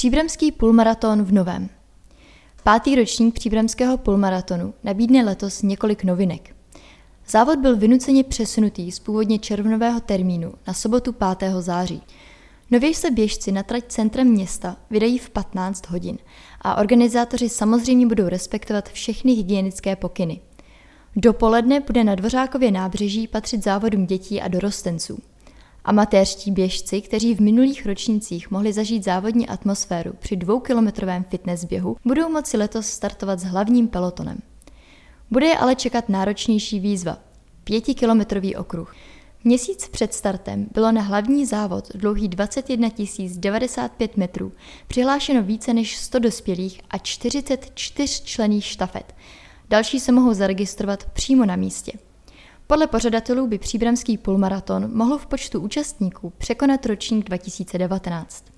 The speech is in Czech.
Příbramský půlmaraton v novém. 5. ročník příbramského půlmaratonu nabídne letos několik novinek. Závod byl vynuceně přesunutý z původně červnového termínu na sobotu 5. září. Nově se běžci na trať centrem města vydají v 15 hodin a organizátoři samozřejmě budou respektovat všechny hygienické pokyny. Dopoledne bude na Dvořákově nábřeží patřit závodům dětí a dorostenců. Amatéřští běžci, kteří v minulých ročnících mohli zažít závodní atmosféru při 2kilometrovém fitness běhu, budou moci letos startovat s hlavním pelotonem. Bude je ale čekat náročnější výzva – 5kilometrový okruh. Měsíc před startem bylo na hlavní závod dlouhý 21 095 metrů přihlášeno více než 100 dospělých a 44 členných štafet. Další se mohou zaregistrovat přímo na místě. Podle pořadatelů by příbramský půlmaraton mohl v počtu účastníků překonat ročník 2019.